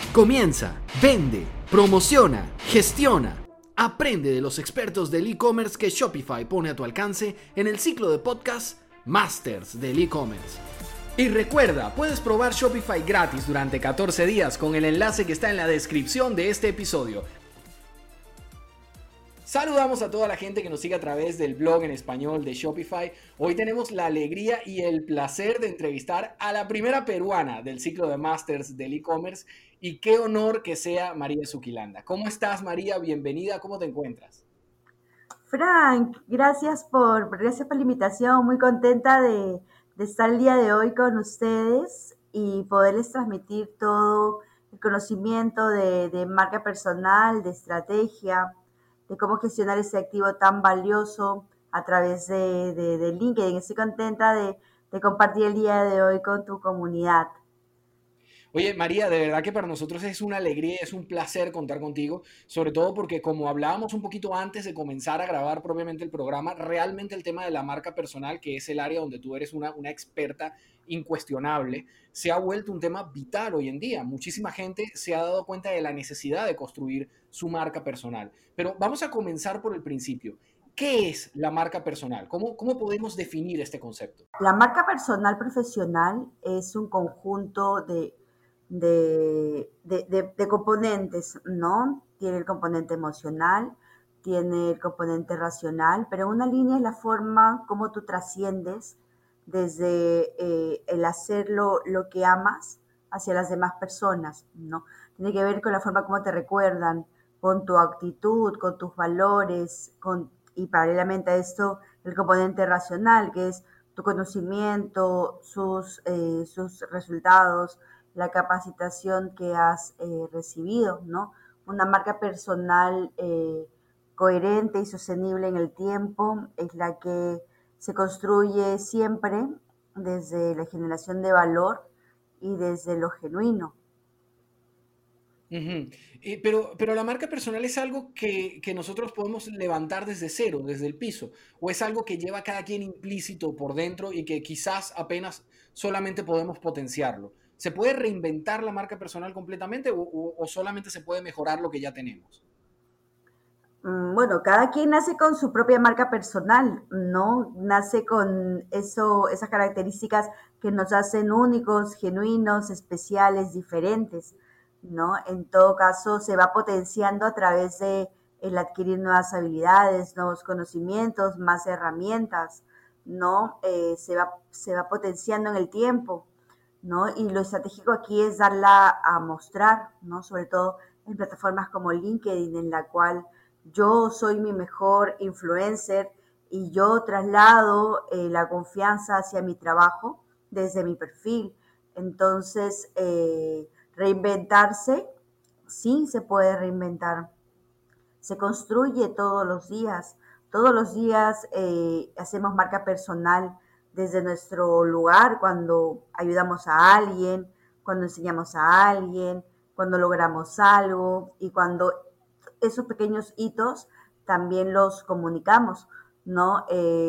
Comienza, vende, promociona, gestiona. Aprende de los expertos del e-commerce que Shopify pone a tu alcance en el ciclo de podcast Masters del e-commerce. Y recuerda, puedes probar Shopify gratis durante 14 días con el enlace que está en la descripción de este episodio. Saludamos a toda la gente que nos sigue a través del blog en español de Shopify. Hoy tenemos la alegría y el placer de entrevistar a la primera peruana del ciclo de Masters del e-commerce, y qué honor que sea María Zuquilanda. ¿Cómo estás, María? Bienvenida, ¿cómo te encuentras? Frank, gracias por la invitación. Muy contenta de estar el día de hoy con ustedes y poderles transmitir todo el conocimiento de marca personal, de estrategia, de cómo gestionar ese activo tan valioso a través de LinkedIn. Estoy contenta de compartir el día de hoy con tu comunidad. Oye, María, de verdad que para nosotros es una alegría, es un placer contar contigo, sobre todo porque como hablábamos un poquito antes de comenzar a grabar propiamente el programa, realmente el tema de la marca personal, que es el área donde tú eres una experta incuestionable, se ha vuelto un tema vital hoy en día. Muchísima gente se ha dado cuenta de la necesidad de construir su marca personal. Pero vamos a comenzar por el principio. ¿Qué es la marca personal? ¿Cómo podemos definir este concepto? La marca personal profesional es un conjunto de componentes, ¿no? Tiene el componente emocional, tiene el componente racional, pero una línea es la forma como tú trasciendes desde el hacer lo que amas hacia las demás personas, ¿no? Tiene que ver con la forma como te recuerdan, con tu actitud, con tus valores, y paralelamente a esto el componente racional, que es tu conocimiento, sus resultados, la capacitación que has recibido, ¿no? Una marca personal coherente y sostenible en el tiempo es la que se construye siempre desde la generación de valor y desde lo genuino. Ujú. Pero la marca personal es algo que nosotros podemos levantar desde cero, desde el piso, o es algo que lleva cada quien implícito por dentro y que quizás apenas solamente podemos potenciarlo. ¿Se puede reinventar la marca personal completamente o solamente se puede mejorar lo que ya tenemos? Bueno, cada quien nace con su propia marca personal, ¿no? Nace con esas características que nos hacen únicos, genuinos, especiales, diferentes, ¿no? En todo caso, se va potenciando a través de el adquirir nuevas habilidades, nuevos conocimientos, más herramientas, ¿no? Se va potenciando en el tiempo, ¿no? Y lo estratégico aquí es darla a mostrar, ¿no? Sobre todo en plataformas como LinkedIn, en la cual yo soy mi mejor influencer y yo traslado la confianza hacia mi trabajo desde mi perfil. Entonces, reinventarse, sí se puede reinventar, se construye todos los días. Todos los días hacemos marca personal desde nuestro lugar, cuando ayudamos a alguien, cuando enseñamos a alguien, cuando logramos algo y cuando esos pequeños hitos también los comunicamos, ¿no?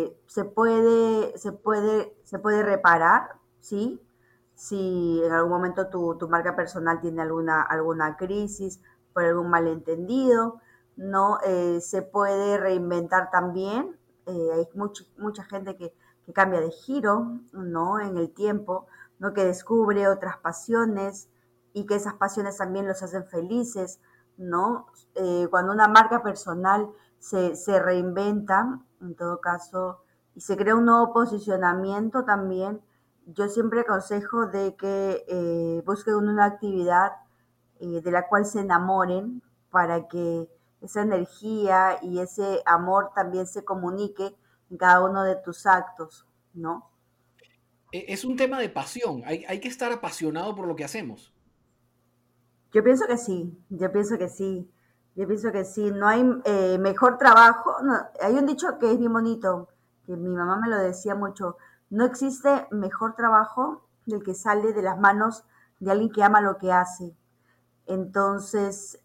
Se puede reparar, ¿sí? Si en algún momento tu marca personal tiene alguna crisis por algún malentendido, ¿no? Se puede reinventar también. Hay mucha gente que cambia de giro, ¿no? En el tiempo, ¿no? Que descubre otras pasiones y que esas pasiones también los hacen felices, ¿no? Cuando una marca personal se reinventa, en todo caso, y se crea un nuevo posicionamiento también, yo siempre aconsejo de que busquen una actividad de la cual se enamoren para que esa energía y ese amor también se comunique en cada uno de tus actos, ¿no? Es un tema de pasión, hay que estar apasionado por lo que hacemos. Yo pienso que sí, yo pienso que sí, yo pienso que sí. No hay mejor trabajo. No, hay un dicho que es bien bonito, que mi mamá me lo decía mucho. No existe mejor trabajo del que sale de las manos de alguien que ama lo que hace. Entonces,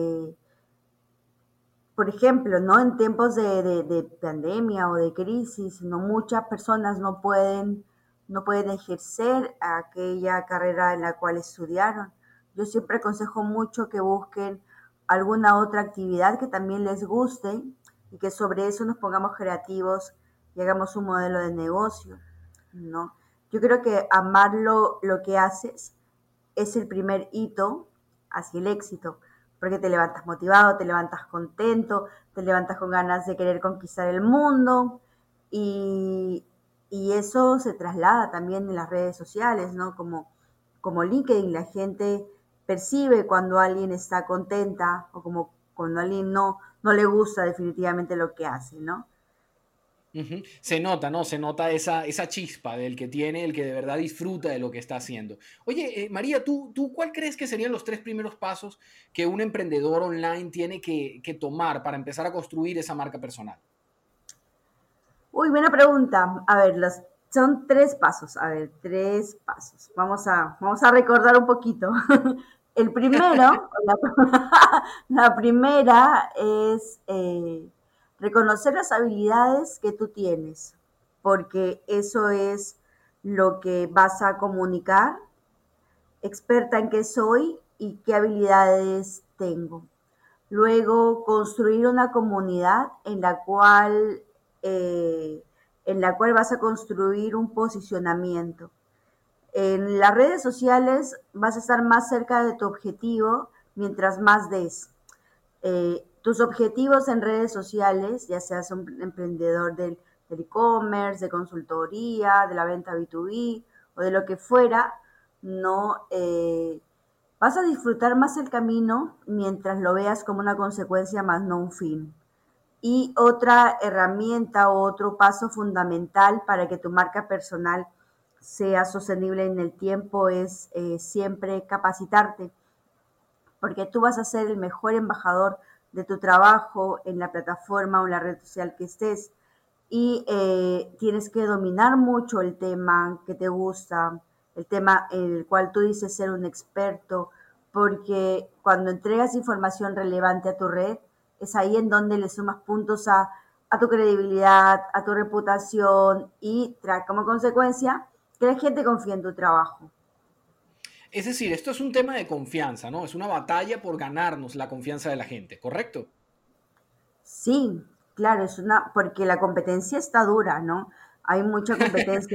por ejemplo, ¿no? En tiempos de pandemia o de crisis, no muchas personas no pueden ejercer aquella carrera en la cual estudiaron, Yo siempre aconsejo mucho que busquen alguna otra actividad que también les guste y que sobre eso nos pongamos creativos y hagamos un modelo de negocio, ¿no? Yo creo que amar lo que haces es el primer hito hacia el éxito, porque te levantas motivado, te levantas contento, te levantas con ganas de querer conquistar el mundo y, y eso se traslada también en las redes sociales, ¿no? Como LinkedIn, la gente percibe cuando alguien está contenta o como cuando a alguien no le gusta definitivamente lo que hace, ¿no? Ujú. Se nota, ¿no? Se nota esa chispa del que tiene, el que de verdad disfruta de lo que está haciendo. Oye, María, ¿tú cuál crees que serían los tres primeros pasos que un emprendedor online tiene que tomar para empezar a construir esa marca personal? Uy, buena pregunta. A ver, son tres pasos. A ver, tres pasos. Vamos a recordar un poquito. El primero, la primera es reconocer las habilidades que tú tienes, porque eso es lo que vas a comunicar, experta en qué soy y qué habilidades tengo. Luego, construir una comunidad eh, en la cual vas a construir un posicionamiento. En las redes sociales vas a estar más cerca de tu objetivo mientras más des. Tus objetivos en redes sociales, ya seas un emprendedor del e-commerce, de consultoría, de la venta B2B o de lo que fuera, no vas a disfrutar más el camino mientras lo veas como una consecuencia más no un fin. Y otra herramienta o otro paso fundamental para que tu marca personal sea sostenible en el tiempo es siempre capacitarte, porque tú vas a ser el mejor embajador de tu trabajo en la plataforma o en la red social que estés y tienes que dominar mucho el tema que te gusta, el tema en el cual tú dices ser un experto, porque cuando entregas información relevante a tu red, es ahí en donde le sumas puntos a tu credibilidad, a tu reputación y trae como consecuencia que la gente confíe en tu trabajo. Es decir, esto es un tema de confianza, ¿no? Es una batalla por ganarnos la confianza de la gente, ¿correcto? Sí, claro, porque la competencia está dura, ¿no? Hay mucha competencia.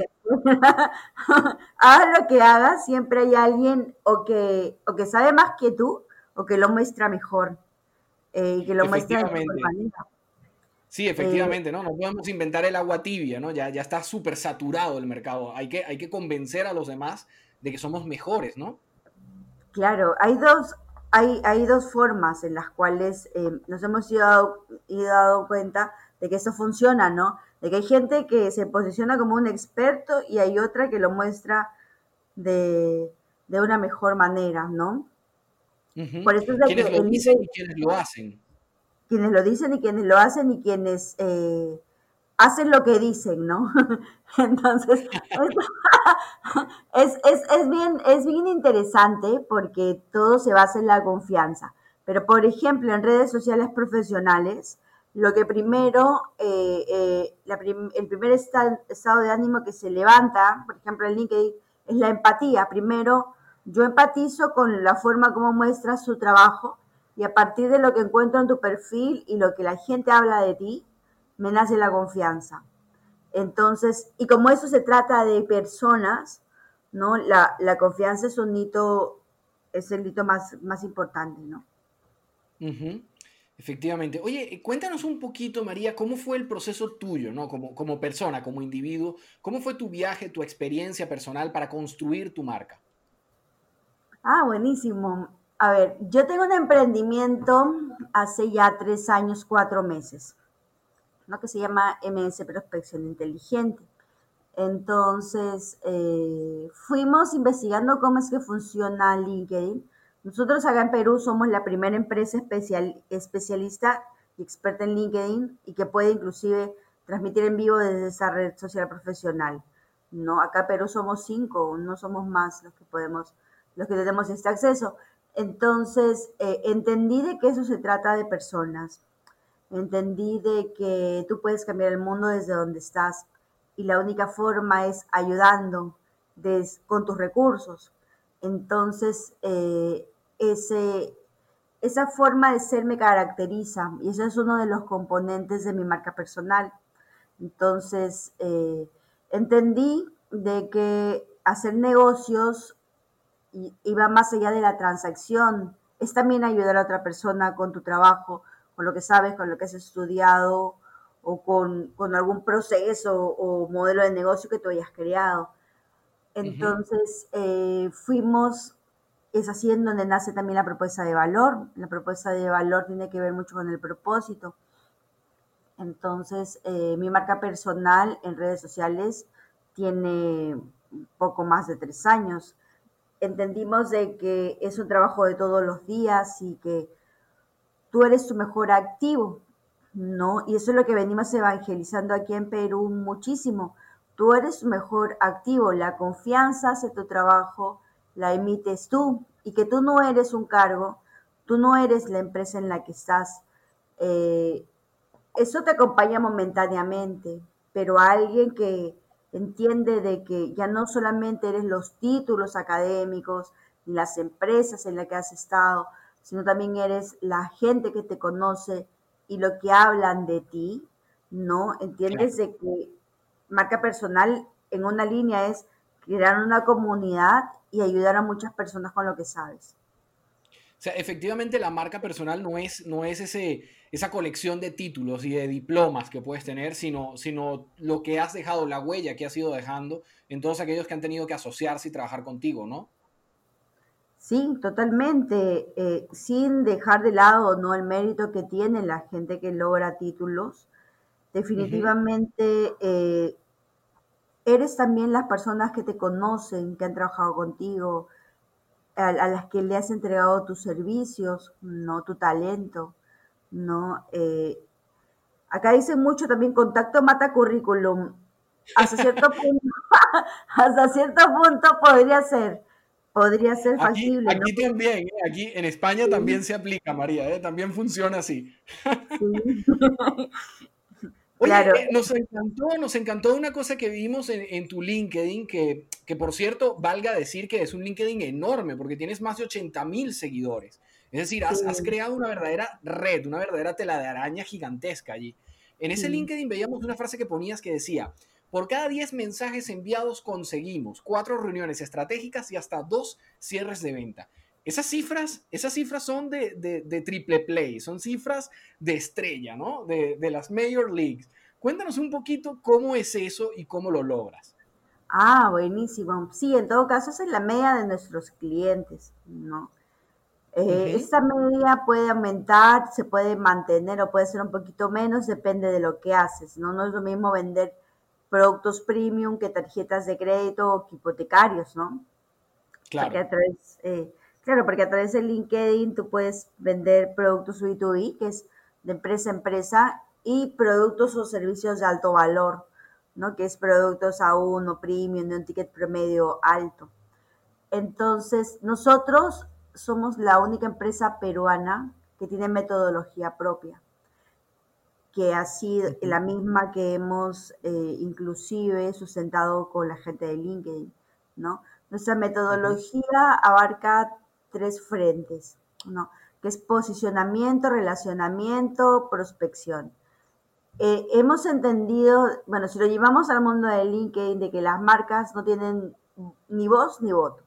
Hagas lo que hagas, siempre hay alguien o que sabe más que tú o que lo muestra mejor y que lo muestra de mejor Efectivamente, manera. sí, Eh, efectivamente, ¿no? No podemos inventar el agua tibia, ¿no? Ya está súper saturado el mercado. Hay que convencer a los demás de que somos mejores, ¿no? claro, hay dos formas en las cuales nos hemos ido dado cuenta de que eso funciona, ¿no? De que hay gente que se posiciona como un experto y hay otra que lo muestra de, de una mejor manera, ¿no? Ujú. Por eso es de Quienes que lo dicen y quienes lo hacen. quienes lo dicen y quienes lo hacen y quienes hacen lo que dicen, ¿no? Entonces, es bien interesante porque todo se basa en la confianza. Pero, por ejemplo, en redes sociales profesionales, lo que primero, el primer estado de ánimo que se levanta, por ejemplo, en LinkedIn, es la empatía. Primero, yo empatizo con la forma como muestras su trabajo y a partir de lo que encuentro en tu perfil y lo que la gente habla de ti, me nace la confianza. Entonces, y como eso se trata de personas, ¿no? La confianza es un hito, es el hito más importante, ¿no? Ujú. Efectivamente. Oye, cuéntanos un poquito, María, cómo fue el proceso tuyo, ¿no? Como persona, como individuo, ¿cómo fue tu viaje, tu experiencia personal para construir tu marca? Ah, buenísimo. A ver, yo tengo un emprendimiento hace ya 3 años, 4 meses, ¿no? Que se llama MS Prospección Inteligente. Entonces, fuimos investigando cómo es que funciona LinkedIn. Nosotros acá en Perú somos la primera empresa especialista y experta en LinkedIn y que puede inclusive transmitir en vivo desde esa red social profesional. ¿No? Acá en Perú somos 5, no somos más los que tenemos este acceso. Entonces, entendí de que eso se trata de personas. Entendí de que tú puedes cambiar el mundo desde donde estás y la única forma es ayudando con tus recursos. Entonces, esa forma de ser me caracteriza y ese es uno de los componentes de mi marca personal. Entonces, entendí de que hacer negocios iba más allá de la transacción. Es también ayudar a otra persona con tu trabajo, con lo que sabes, con lo que has estudiado o con algún proceso o modelo de negocio que tú hayas creado. Ujú. Entonces, es así en donde nace también la propuesta de valor. La propuesta de valor tiene que ver mucho con el propósito. Entonces, mi marca personal en redes sociales tiene poco más de 3 años. Entendimos de que es un trabajo de todos los días y que tú eres tu mejor activo, ¿no? Y eso es lo que venimos evangelizando aquí en Perú muchísimo. Tú eres tu mejor activo, la confianza hacia tu trabajo la emites tú y que tú no eres un cargo, tú no eres la empresa en la que estás. Eh, Eso te acompaña momentáneamente, pero alguien que entiende de que ya no solamente eres los títulos académicos ni las empresas en las que has estado, sino también eres la gente que te conoce y lo que hablan de ti, ¿no? Entiendes Claro. de que marca personal en una línea es crear una comunidad y ayudar a muchas personas con lo que sabes. O sea, efectivamente la marca personal no es esa colección de títulos y de diplomas que puedes tener, sino lo que has dejado, la huella que has ido dejando en todos aquellos que han tenido que asociarse y trabajar contigo, ¿no? Sí, totalmente, sin dejar de lado no el mérito que tiene la gente que logra títulos. Ujú. Definitivamente eres también las personas que te conocen, que han trabajado contigo, a las que le has entregado tus servicios, no tu talento, no. Acá dicen mucho también contacto mata currículum. Hasta cierto punto, hasta cierto punto podría ser Aquí, factible, ¿no? aquí también, ¿eh? Aquí en España Sí, también se aplica, María, ¿eh? También funciona así. sí, Oye, claro. nos encantó una cosa que vimos en tu LinkedIn, que por cierto, valga decir que es un LinkedIn enorme, porque tienes más de 80.000 seguidores. Es decir, Sí, has creado una verdadera red, una verdadera tela de araña gigantesca allí. En ese sí. LinkedIn veíamos una frase que ponías que decía, por cada 10 mensajes enviados conseguimos 4 reuniones estratégicas y hasta 2 cierres de venta. Esas cifras son de triple play, son cifras de estrella, ¿no? De las Major Leagues. Cuéntanos un poquito cómo es eso y cómo lo logras. Ah, buenísimo. Sí, en todo caso, esa es la media de nuestros clientes, ¿no? Ujú. Esta media puede aumentar, se puede mantener o puede ser un poquito menos, depende de lo que haces, ¿no? No es lo mismo vender productos premium que tarjetas de crédito o que hipotecarios, ¿no? Porque Claro. claro, porque a través de LinkedIn tú puedes vender productos B2B, que es de empresa a empresa, y productos o servicios de alto valor, ¿no? Que es productos a uno, premium, de un ticket promedio alto. Entonces, nosotros somos la única empresa peruana que tiene metodología propia, que ha sido Ujú. la misma que hemos inclusive sustentado con la gente de LinkedIn, ¿no? Nuestra Ujú. metodología abarca 3 frentes, ¿no? Que es posicionamiento, relacionamiento, prospección. Hemos entendido, bueno, si lo llevamos al mundo de LinkedIn, de que las marcas no tienen ni voz ni voto.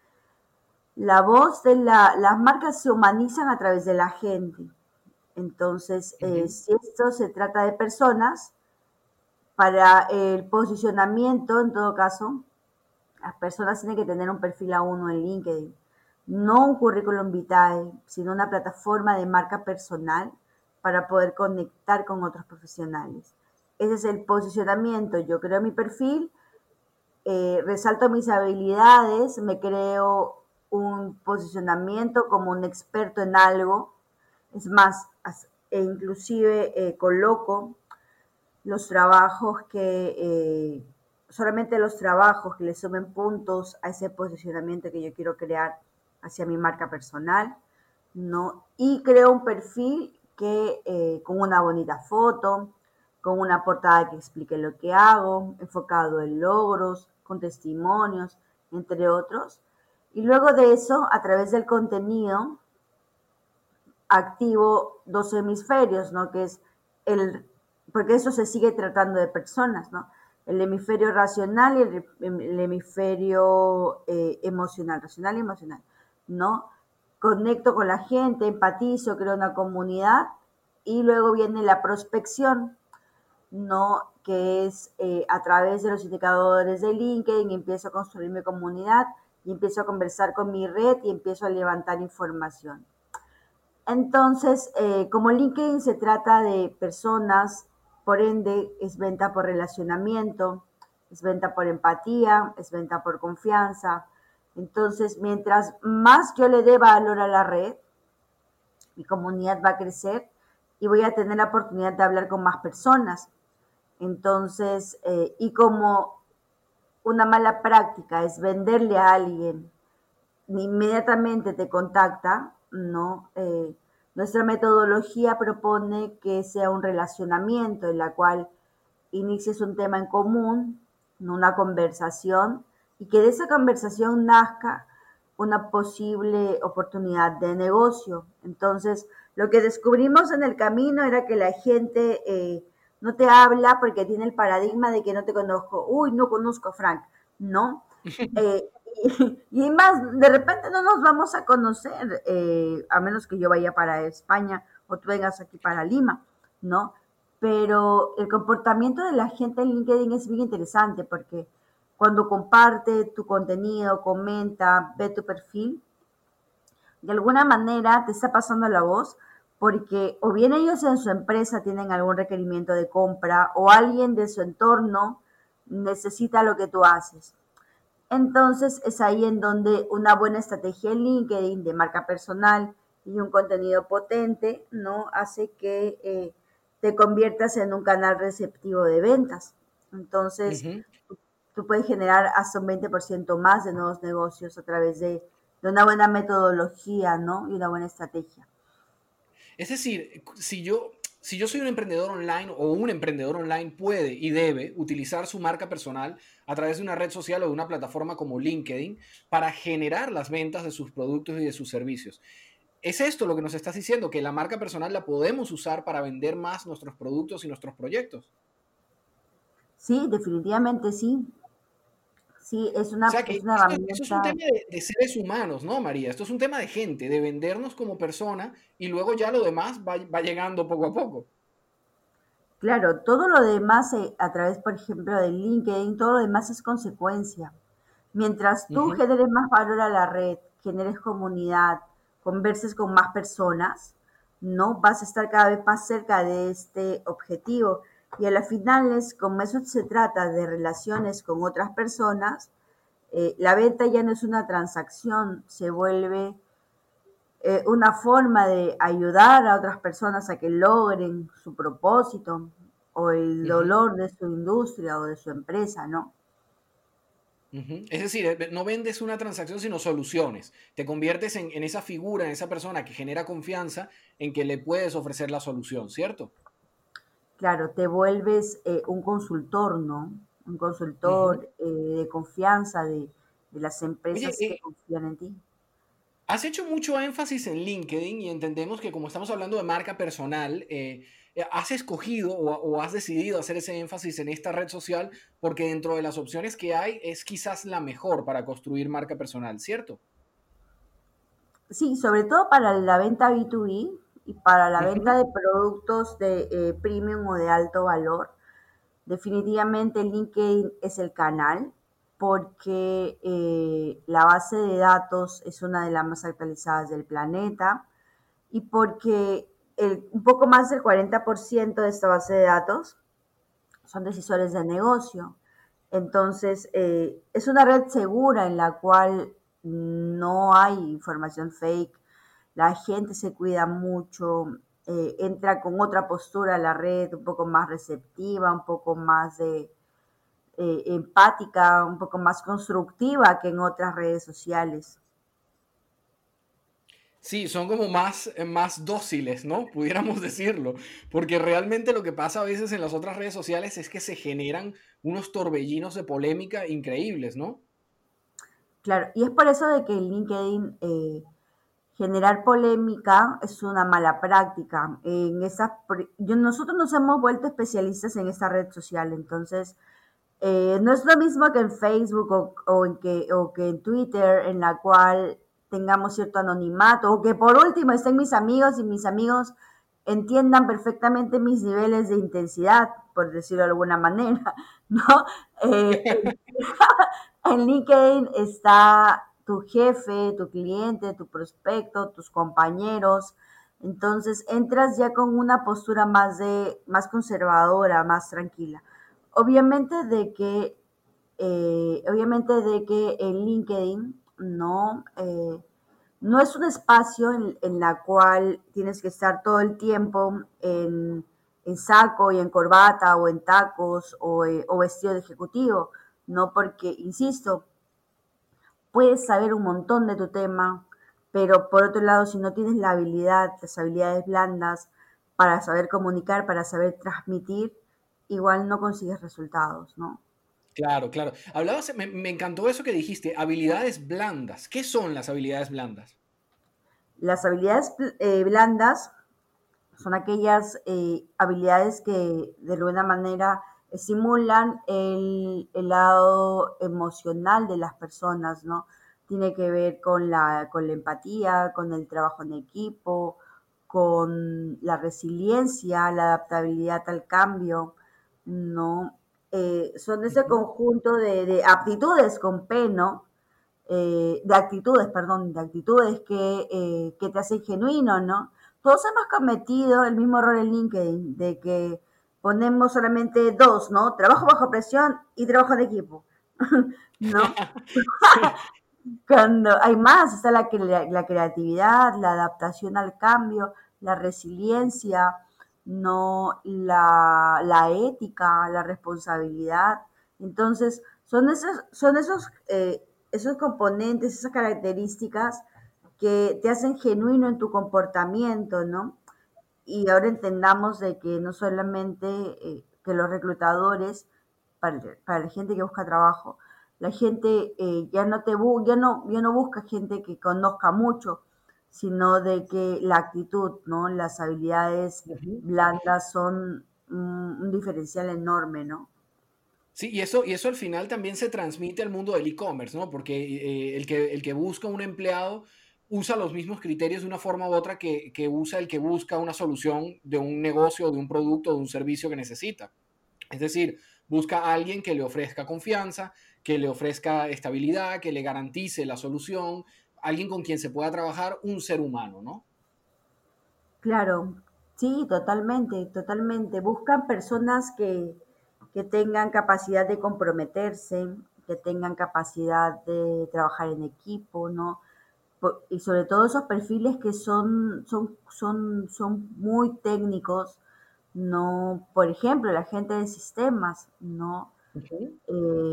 La voz de las marcas se humanizan a través de la gente. Entonces, Ujú. si esto se trata de personas, para el posicionamiento, en todo caso, las personas tienen que tener un perfil a uno en LinkedIn, no un currículum vitae, sino una plataforma de marca personal para poder conectar con otros profesionales. Ese es el posicionamiento. Yo creo mi perfil, resalto mis habilidades, me creo un posicionamiento como un experto en algo. Es más, e inclusive coloco los trabajos solamente los trabajos que le sumen puntos a ese posicionamiento que yo quiero crear hacia mi marca personal, ¿no? Y creo un perfil que con una bonita foto, con una portada que explique lo que hago, enfocado en logros, con testimonios, entre otros. Y luego de eso, a través del contenido, activo dos hemisferios, ¿no? Que es el, porque eso se sigue tratando de personas, ¿no? El hemisferio racional y el hemisferio emocional, racional y emocional, ¿no? Conecto con la gente, empatizo, creo una comunidad y luego viene la prospección, ¿no? Que es a través de los indicadores de LinkedIn, empiezo a construir mi comunidad y empiezo a conversar con mi red y empiezo a levantar información. Entonces, como LinkedIn se trata de personas, por ende es venta por relacionamiento, es venta por empatía, es venta por confianza. Entonces, mientras más yo le dé valor a la red, mi comunidad va a crecer y voy a tener la oportunidad de hablar con más personas. Entonces, y como una mala práctica es venderle a alguien, inmediatamente te contacta, ¿no? Nuestra metodología propone que sea un relacionamiento en la cual inicies un tema en común, una conversación, y que de esa conversación nazca una posible oportunidad de negocio. Entonces, lo que descubrimos en el camino era que la gente no te habla porque tiene el paradigma de que no te conozco. Uy, no conozco a Frank, ¿no? Eh, y más, de repente no nos vamos a conocer, a menos que yo vaya para España o tú vengas aquí para Lima, ¿no? Pero el comportamiento de la gente en LinkedIn es bien interesante porque cuando comparte tu contenido, comenta, ve tu perfil, de alguna manera te está pasando la voz porque o bien ellos en su empresa tienen algún requerimiento de compra o alguien de su entorno necesita lo que tú haces. Entonces es ahí en donde una buena estrategia en LinkedIn de marca personal y un contenido potente, ¿no? Hace que te conviertas en un canal receptivo de ventas. Entonces, Ujú. tú puedes generar hasta un 20% más de nuevos negocios a través de una buena metodología, ¿no? Y una buena estrategia. Es decir, si yo soy un emprendedor online o un emprendedor online puede y debe utilizar su marca personal a través de una red social o de una plataforma como LinkedIn para generar las ventas de sus productos y de sus servicios. ¿Es esto lo que nos estás diciendo? Que la marca personal la podemos usar para vender más nuestros productos y nuestros proyectos. Sí, definitivamente sí. Sí, O sea que es una esto es un herramienta. tema de seres humanos, ¿no, María? Esto es un tema de gente, de vendernos como persona y luego ya lo demás va llegando poco a poco. Claro, todo lo demás a través, por ejemplo, de LinkedIn, todo lo demás es consecuencia. Mientras tú Ujú, generes más valor a la red, generes comunidad, converses con más personas, no vas a estar cada vez más cerca de este objetivo. Y a la final es como eso se trata de relaciones con otras personas, la venta ya no es una transacción, se vuelve una forma de ayudar a otras personas a que logren su propósito o el ujú, dolor de su industria o de su empresa, ¿no? ujú. Es decir, no vendes una transacción, sino soluciones. Te conviertes en esa figura, en esa persona que genera confianza en que le puedes ofrecer la solución, ¿cierto? Claro, te vuelves un consultor, ¿no? Un Ujú. consultor de confianza de las Oye, empresas que confían en ti. has hecho mucho énfasis en LinkedIn y entendemos que como estamos hablando de marca personal, has escogido o has decidido hacer ese énfasis en esta red social porque dentro de las opciones que hay es quizás la mejor para construir marca personal, ¿cierto? Sí, sobre todo para la venta B2B y para la venta Ujú, de productos de premium o de alto valor. Definitivamente LinkedIn es el canal porque la base de datos es una de las más actualizadas del planeta y porque un poco más del 40% de esta base de datos son decisores de negocio. Entonces, es una red segura en la cual no hay información fake, la gente se cuida mucho, entra con otra postura a la red, un poco más receptiva, un poco más empática, un poco más constructiva que en otras redes sociales. sí, son como más dóciles, ¿no? Pudiéramos decirlo, porque realmente lo que pasa a veces en las otras redes sociales es que se generan unos torbellinos de polémica increíbles, ¿no? claro. Y es por eso de que el LinkedIn, generar polémica es una mala práctica. Nosotros nos hemos vuelto especialistas en esta red social, entonces no es lo mismo que en Facebook o que en Twitter, en la cual tengamos cierto anonimato, o que por último estén mis amigos y mis amigos entiendan perfectamente mis niveles de intensidad, por decirlo de alguna manera, ¿no? Eh, en LinkedIn está tu jefe, tu cliente, tu prospecto, tus compañeros. Entonces entras ya con una postura más conservadora, más tranquila. Obviamente de que, obviamente de que el LinkedIn no es un espacio en la cual tienes que estar todo el tiempo en saco y en corbata o en tacos o vestido de ejecutivo, no porque, insisto, puedes saber un montón de tu tema, pero por otro lado, si no tienes la habilidad, las habilidades blandas para saber comunicar, para saber transmitir, igual no consigues resultados, ¿no? Claro, claro. Hablabas, me encantó eso que dijiste, habilidades blandas. ¿Qué son las habilidades blandas? Las habilidades blandas son aquellas habilidades que de alguna manera estimulan el lado emocional de las personas, ¿no? Tiene que ver con la empatía, con el trabajo en equipo, con la resiliencia, la adaptabilidad al cambio, ¿no? Son ese Ujú. conjunto de aptitudes con P, ¿no? De actitudes, perdón, de actitudes que te hacen genuino, ¿no? Todos hemos cometido el mismo error en LinkedIn, de que ponemos solamente dos, ¿no? Trabajo bajo presión y trabajo en equipo, ¿no? Sí. Cuando hay más, está la creatividad, la adaptación al cambio, la resiliencia, no la ética, la responsabilidad. Entonces, esos componentes, esas características que te hacen genuino en tu comportamiento, ¿no? Y ahora entendamos de que no solamente que los reclutadores, para la gente que busca trabajo, la gente ya no busca gente que conozca mucho, sino de que la actitud, ¿no? Las habilidades Ujú. blandas son un diferencial enorme, ¿no? Sí, y eso al final también se transmite al mundo del e-commerce, ¿no? Porque el que busca un empleado usa los mismos criterios de una forma u otra que usa el que busca una solución de un negocio, de un producto, de un servicio que necesita. Es decir, busca a alguien que le ofrezca confianza, que le ofrezca estabilidad, que le garantice la solución, alguien con quien se pueda trabajar, un ser humano, ¿no? Claro, sí, totalmente, totalmente. Buscan personas que tengan capacidad de comprometerse, que tengan capacidad de trabajar en equipo, ¿no? Y sobre todo esos perfiles que son muy técnicos, ¿no? Por ejemplo, la gente de sistemas, ¿no? Ujú.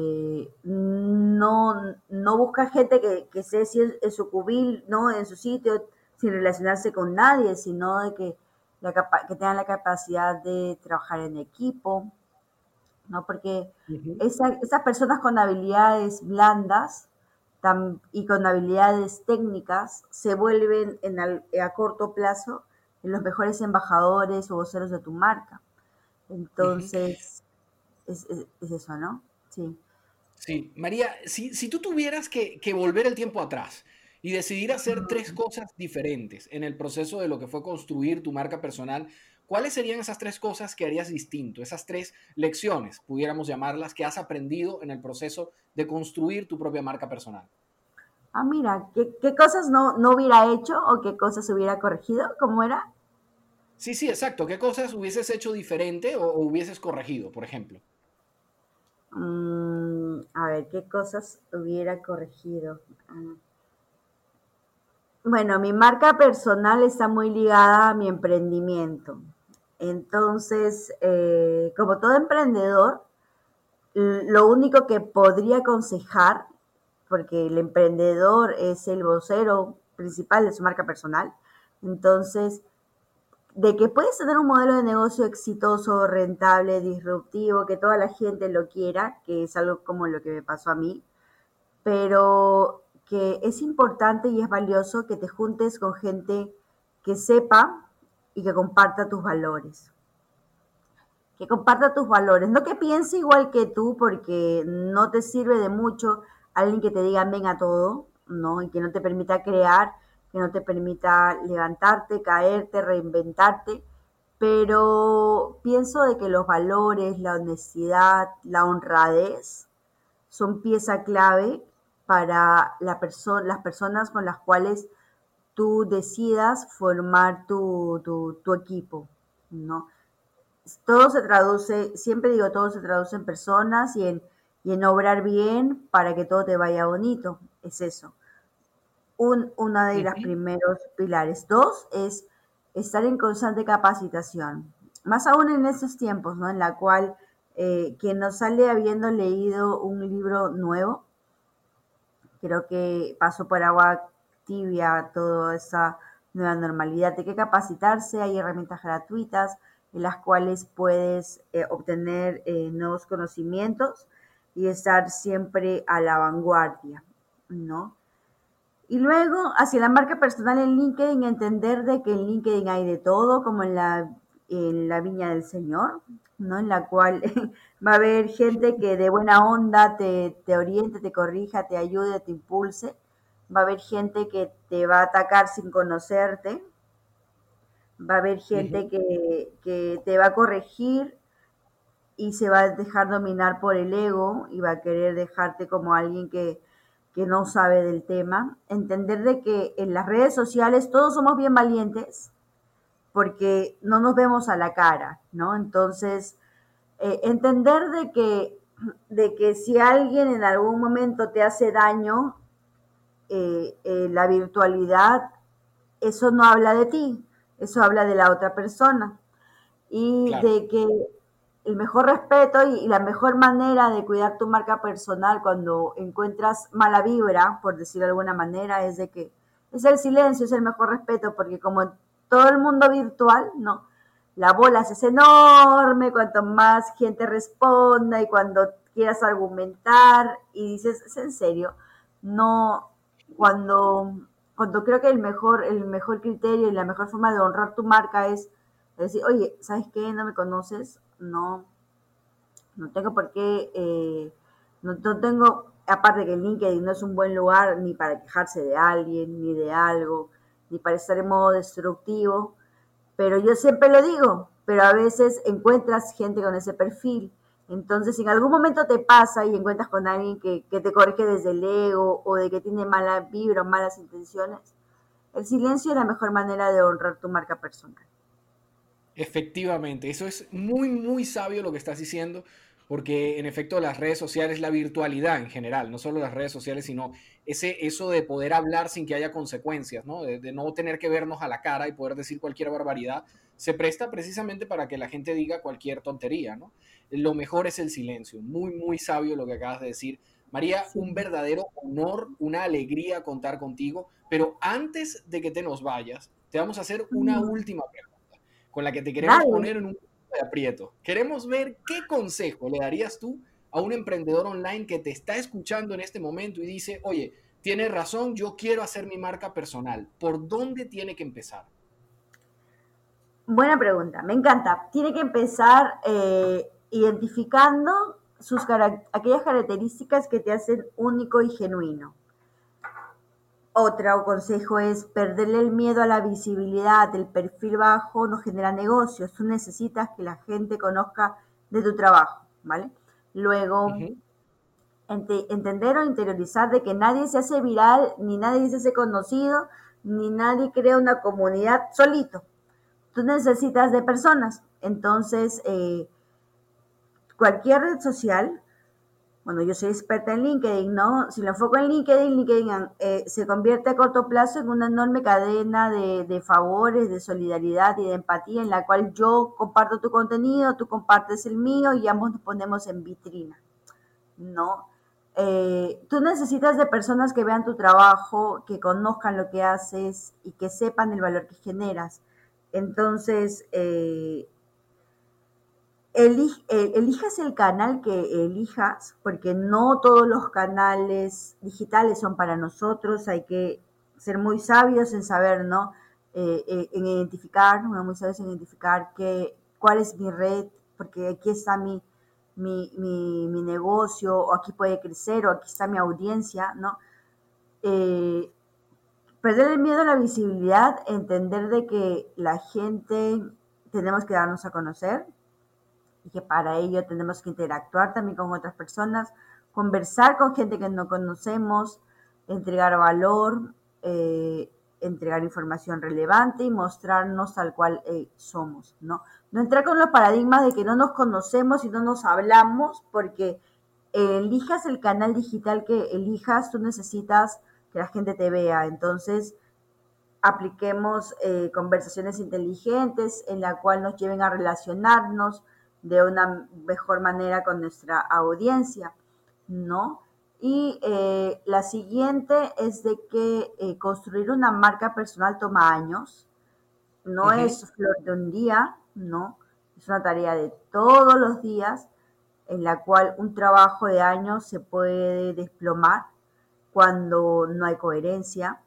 No busca gente que esté en su cubil, ¿no? En su sitio, sin relacionarse con nadie, sino de que tengan la capacidad de trabajar en equipo, ¿no? Porque Ujú. esas personas con habilidades blandas y con habilidades técnicas se vuelven a corto plazo en los mejores embajadores o voceros de tu marca. Ujú. Entonces, es eso, ¿no? Sí. Sí, María, si tú tuvieras que volver el tiempo atrás y decidir hacer tres cosas diferentes en el proceso de lo que fue construir tu marca personal, ¿cuáles serían esas tres cosas que harías distinto? Esas tres lecciones, pudiéramos llamarlas, que has aprendido en el proceso de construir tu propia marca personal. Ah, mira, ¿qué cosas no hubiera hecho o qué cosas hubiera corregido? ¿Cómo era? Sí, sí, exacto. ¿Qué cosas hubieses hecho diferente o hubieses corregido, por ejemplo? A ver, ¿qué cosas hubiera corregido? Bueno, mi marca personal está muy ligada a mi emprendimiento. Entonces, como todo emprendedor, lo único que podría aconsejar, porque el emprendedor es el vocero principal de su marca personal, entonces de que puedes tener un modelo de negocio exitoso, rentable, disruptivo, que toda la gente lo quiera, que es algo como lo que me pasó a mí, pero que es importante y es valioso que te juntes con gente que sepa y que comparta tus valores. Que comparta tus valores, no que piense igual que tú, porque no te sirve de mucho alguien que te diga ven a todo, ¿no? Y que no te permita crear, que no te permita levantarte, caerte, reinventarte. Pero pienso de que los valores, la honestidad, la honradez son pieza clave para las personas con las cuales tú decidas formar tu equipo, ¿no? Todo se traduce, siempre digo, todo se traduce en personas y en obrar bien para que todo te vaya bonito. Es eso. Una de las Ujú. primeros pilares. Dos es estar en constante capacitación. Más aún en estos tiempos, ¿no? En la cual quien nos sale habiendo leído un libro nuevo, creo que pasó por agua tibia toda esa nueva normalidad. Hay que capacitarse, hay herramientas gratuitas en las cuales puedes obtener nuevos conocimientos y estar siempre a la vanguardia, ¿no? Y luego, hacia la marca personal en LinkedIn, entender de que en LinkedIn hay de todo, como en la viña del Señor, ¿no? En la cual va a haber gente que de buena onda te oriente, te corrija, te ayude, te impulse. Va a haber gente que te va a atacar sin conocerte. Va a haber Ujú. gente que te va a corregir y se va a dejar dominar por el ego y va a querer dejarte como alguien que no sabe del tema. Entender de que en las redes sociales todos somos bien valientes porque no nos vemos a la cara, ¿no? Entonces, entender de que si alguien en algún momento te hace daño, la virtualidad, eso no habla de ti, eso habla de la otra persona. Y Claro. de que el mejor respeto y la mejor manera de cuidar tu marca personal cuando encuentras mala vibra, por decirlo de alguna manera, es de que es el silencio, es el mejor respeto, porque como en todo el mundo virtual, no, la bola se hace enorme, cuanto más gente responda y cuando quieras argumentar y dices, es en serio, no, cuando, cuando creo que el mejor criterio y la mejor forma de honrar tu marca es decir, oye, ¿sabes qué? No me conoces, no tengo por qué, no tengo, aparte que LinkedIn no es un buen lugar ni para quejarse de alguien, ni de algo, ni para estar en modo destructivo, pero yo siempre lo digo, pero a veces encuentras gente con ese perfil. Entonces, si en algún momento te pasa y encuentras con alguien que te corrige desde el ego o de que tiene mala vibra o malas intenciones, el silencio es la mejor manera de honrar tu marca personal. Efectivamente, eso es muy, muy sabio lo que estás diciendo, porque en efecto las redes sociales, la virtualidad en general, no solo las redes sociales, sino eso de poder hablar sin que haya consecuencias, ¿no? De no tener que vernos a la cara y poder decir cualquier barbaridad, se presta precisamente para que la gente diga cualquier tontería, ¿no? Lo mejor es el silencio, muy, muy sabio lo que acabas de decir. María, Sí. un verdadero honor, una alegría contar contigo, pero antes de que te nos vayas, te vamos a hacer una Mm, última pregunta con la que te queremos dale. poner en un punto de aprieto. Queremos ver qué consejo le darías tú a un emprendedor online que te está escuchando en este momento y dice, oye, tienes razón, yo quiero hacer mi marca personal. ¿Por dónde tiene que empezar? Buena pregunta, me encanta. Tiene que empezar identificando aquellas características que te hacen único y genuino. Otro consejo es perderle el miedo a la visibilidad. El perfil bajo no genera negocios. Tú necesitas que la gente conozca de tu trabajo, ¿vale? Luego, Ujú. entender o interiorizar de que nadie se hace viral, ni nadie se hace conocido, ni nadie crea una comunidad solito. Tú necesitas de personas. Entonces, cualquier red social, bueno, yo soy experta en LinkedIn, ¿no? Si lo enfoco en LinkedIn, LinkedIn se convierte a corto plazo en una enorme cadena de favores, de solidaridad y de empatía en la cual yo comparto tu contenido, tú compartes el mío y ambos nos ponemos en vitrina, ¿no? Tú necesitas de personas que vean tu trabajo, que conozcan lo que haces y que sepan el valor que generas. Entonces, elijas el canal que elijas, porque no todos los canales digitales son para nosotros, hay que ser muy sabios en saber, ¿no? En identificar, muy sabios en identificar cuál es mi red, porque aquí está mi negocio, o aquí puede crecer, o aquí está mi audiencia, ¿no? Eh, Perder el miedo a la visibilidad, entender de que la gente tenemos que darnos a conocer, y que para ello tenemos que interactuar también con otras personas, conversar con gente que no conocemos, entregar valor, entregar información relevante y mostrarnos tal cual somos, ¿no? No entrar con los paradigmas de que no nos conocemos y no nos hablamos, porque elijas el canal digital que elijas, tú necesitas que la gente te vea. Entonces, apliquemos conversaciones inteligentes en la cual nos lleven a relacionarnos de una mejor manera con nuestra audiencia, ¿no? Y la siguiente es de que construir una marca personal toma años, no es flor de un día, ¿no? Es una tarea de todos los días en la cual un trabajo de años se puede desplomar cuando no hay coherencia.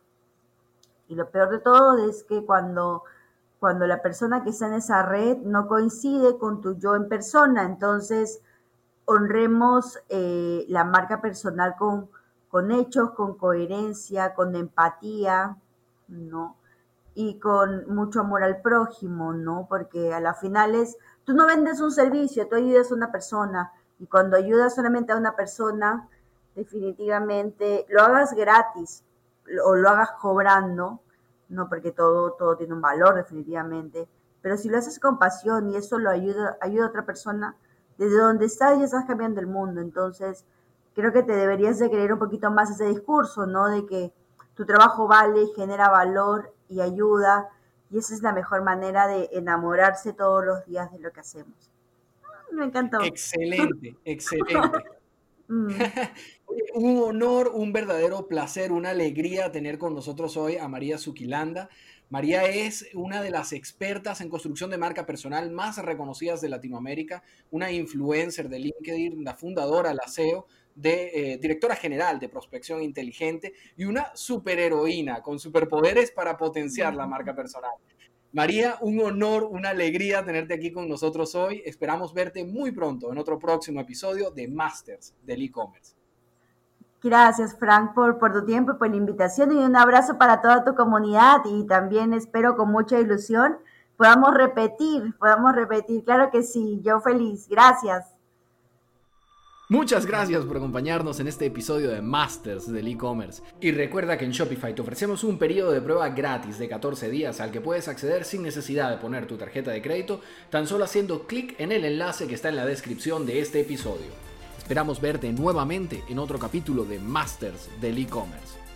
Y lo peor de todo es que cuando la persona que está en esa red no coincide con tu yo en persona, entonces honremos la marca personal con hechos, con coherencia, con empatía, ¿no? Y con mucho amor al prójimo, ¿no? Porque a la final tú no vendes un servicio, tú ayudas a una persona, y cuando ayudas solamente a una persona, definitivamente lo hagas gratis o lo hagas cobrando, no, porque todo tiene un valor definitivamente, pero si lo haces con pasión y eso lo ayuda a otra persona, desde donde estás ya estás cambiando el mundo. Entonces creo que te deberías de creer un poquito más ese discurso, ¿no? De que tu trabajo vale, genera valor y ayuda, y esa es la mejor manera de enamorarse todos los días de lo que hacemos. Me encantó. Excelente, excelente. Mm. Un honor, un verdadero placer, una alegría tener con nosotros hoy a María Zuquilanda. María es una de las expertas en construcción de marca personal más reconocidas de Latinoamérica, una influencer de LinkedIn, la fundadora, la CEO, directora general de prospección inteligente y una superheroína con superpoderes para potenciar la marca personal. María, un honor, una alegría tenerte aquí con nosotros hoy. Esperamos verte muy pronto en otro próximo episodio de Masters del E-Commerce. Gracias, Frank, por tu tiempo y por la invitación, y un abrazo para toda tu comunidad, y también espero con mucha ilusión podamos repetir, claro que sí, yo feliz, gracias. Muchas gracias por acompañarnos en este episodio de Masters del E-Commerce. Y recuerda que en Shopify te ofrecemos un periodo de prueba gratis de 14 días al que puedes acceder sin necesidad de poner tu tarjeta de crédito, tan solo haciendo clic en el enlace que está en la descripción de este episodio. Esperamos verte nuevamente en otro capítulo de Masters del E-Commerce.